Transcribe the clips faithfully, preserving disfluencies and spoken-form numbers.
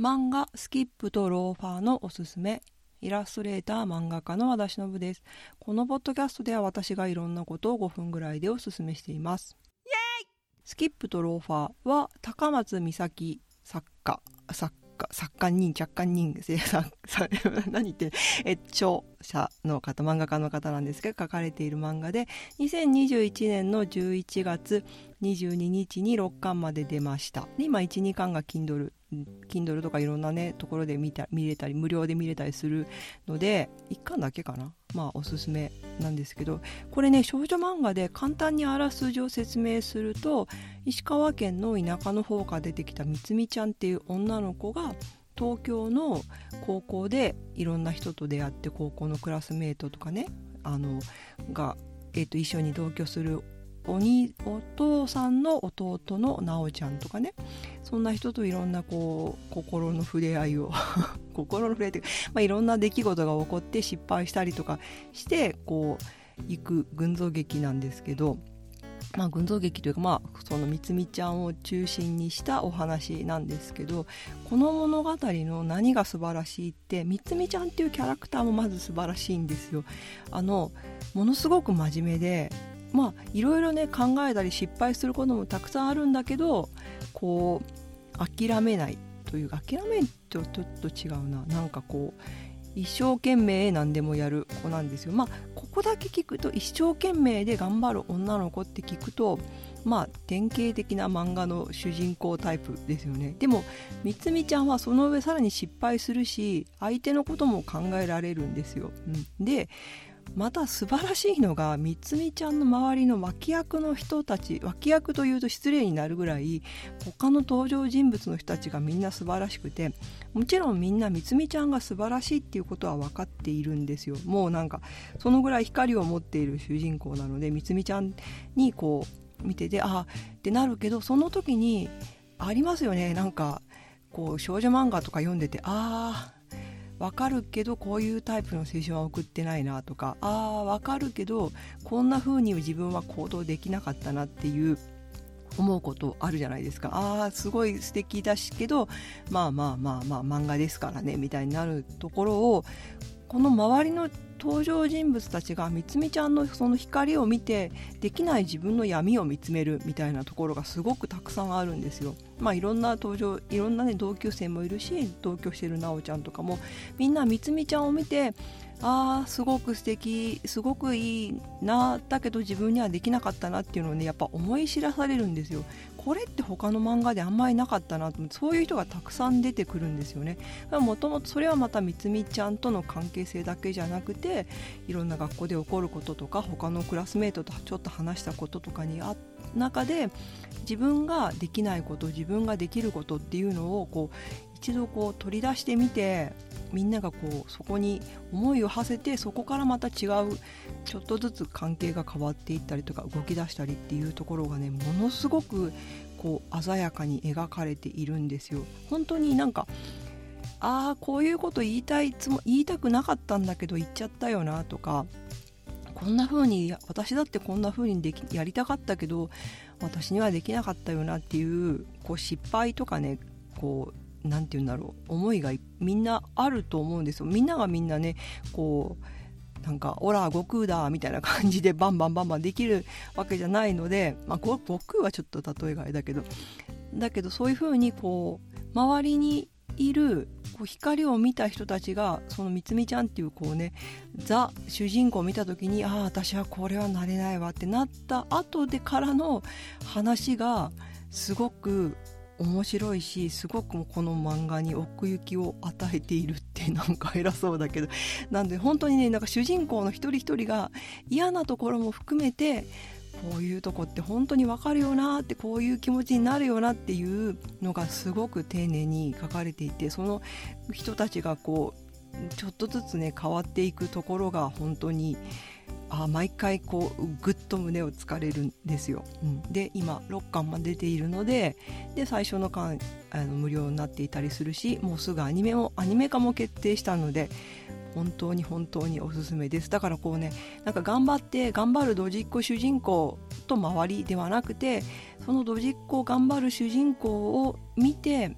漫画スキップとローファーのおすすめ。イラストレーター漫画家の和田忍です。このポッドキャストでは私がいろんなことをごふんぐらいでおすすめしています。イエーイ。スキップとローファーは高松美咲作家作家作家人着家人何言ってるえ著者の方漫画家の方なんですけど、書かれている漫画でにせんにじゅういちねんのじゅういちがつにじゅうににちにろっかんまで出ました。で今いち、にかんが Kindle Kindle とかいろんなねところで見た見れたり無料で見れたりするのでいっかんだけかな、まあおすすめなんですけど、これね少女漫画で簡単にあらすじを説明すると、石川県の田舎の方から出てきたみつみちゃんっていう女の子が東京の高校でいろんな人と出会って、高校のクラスメートとかねあのが、えー、と一緒に同居するおにお父さんの弟のなおちゃんとかね、そんな人といろんなこう心の触れ合いを心の触れ合いっていうか、まあ、いろんな出来事が起こって失敗したりとかしてこう行く群像劇なんですけど、まあ、群像劇というか、まあ、そのみつみちゃんを中心にしたお話なんですけど、この物語の何が素晴らしいって、みつみちゃんっていうキャラクターもまず素晴らしいんですよ。あのものすごく真面目で、まあいろいろね考えたり失敗することもたくさんあるんだけど、こう諦めないというか、諦めとちょっと違うな、なんかこう一生懸命何でもやる子なんですよ。まあここだけ聞くと一生懸命で頑張る女の子って聞くと、まあ典型的な漫画の主人公タイプですよね。でもみつみちゃんはその上さらに失敗するし、相手のことも考えられるんですよ、うん、でまた素晴らしいのが、みつみちゃんの周りの脇役の人たち、脇役というと失礼になるぐらい他の登場人物の人たちがみんな素晴らしくて、もちろんみんなみつみちゃんが素晴らしいっていうことは分かっているんですよ。もうなんかそのぐらい光を持っている主人公なので、みつみちゃんにこう見ててあってなるけど、その時にありますよね、なんかこう少女漫画とか読んでて、あーわかるけどこういうタイプの青春は送ってないなとか、あーわかるけどこんな風に自分は行動できなかったなっていう思うことあるじゃないですか。あーすごい素敵だしけど、まあまあまあまあ漫画ですからねみたいになるところを、この周りの登場人物たちがみつみちゃんのその光を見てできない自分の闇を見つめるみたいなところがすごくたくさんあるんですよ。まあいろんな登場いろんなね同級生もいるし、同居してるなおちゃんとかもみんなみつみちゃんを見て、あーすごく素敵すごくいいな、だけど自分にはできなかったなっていうのをねやっぱ思い知らされるんですよ。これって他の漫画であんまりなかったなと思って、そういう人がたくさん出てくるんですよね。もともとそれはまたみつみちゃんとの関係性だけじゃなくて、いろんな学校で起こることとか他のクラスメートとちょっと話したこととかにあ中で、自分ができないこと自分ができることっていうのをこう一度こう取り出してみて、みんながこうそこに思いを馳せて、そこからまた違うちょっとずつ関係が変わっていったりとか動き出したりっていうところがね、ものすごくこう鮮やかに描かれているんですよ。本当になんかああこういうこと言いたいつも言いたくなかったんだけど言っちゃったよなとか、こんな風に私だってこんな風にできやりたかったけど私にはできなかったよなっていう、こう失敗とかね、こうなんて言うんだろう、思いがみんなあると思うんですよ。みんながみんなねこうなんかオラ悟空だみたいな感じでバンバンバンバンできるわけじゃないので、まあ悟空はちょっと例えがあれだけどだけどそういう風にこう周りにいるこう光を見た人たちが、そのみつみちゃんっていうこうねザ主人公を見た時に、ああ私はこれはなれないわってなった後でからの話がすごく面白いし、すごくこの漫画に奥行きを与えているって、なんか偉そうだけど、なんで本当にねなんか主人公の一人一人が嫌なところも含めて、こういうとこって本当に分かるよなって、こういう気持ちになるよなっていうのがすごく丁寧に書かれていて、その人たちがこうちょっとずつね変わっていくところが本当にあ毎回こうぐっと胸をつかれるんですよ、うん、で今ろっかんまで出ているので、で最初の巻あの無料になっていたりするし、もうすぐアニメもアニメ化も決定したので本当に本当におすすめです。だからこうねなんか頑張って頑張るドジっ子主人公と周りではなくて、そのドジっ子頑張る主人公を見て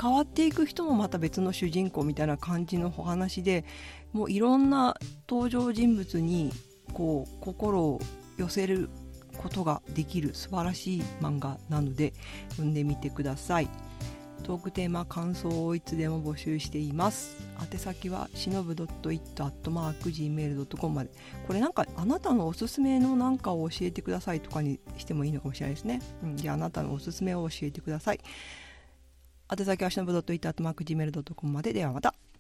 変わっていく人もまた別の主人公みたいな感じのお話で、もういろんな登場人物にこう心を寄せることができる素晴らしい漫画なので読んでみてください。トークテーマ感想をいつでも募集しています。宛先はしのぶ .it アットマーク ジーメールドットコム まで。これなんかあなたのおすすめのなんかを教えてくださいとかにしてもいいのかもしれないですね、うん、じゃああなたのおすすめを教えてください。宛先はしのぶ .it アットマーク ジーメールドットコム まで。ではまた。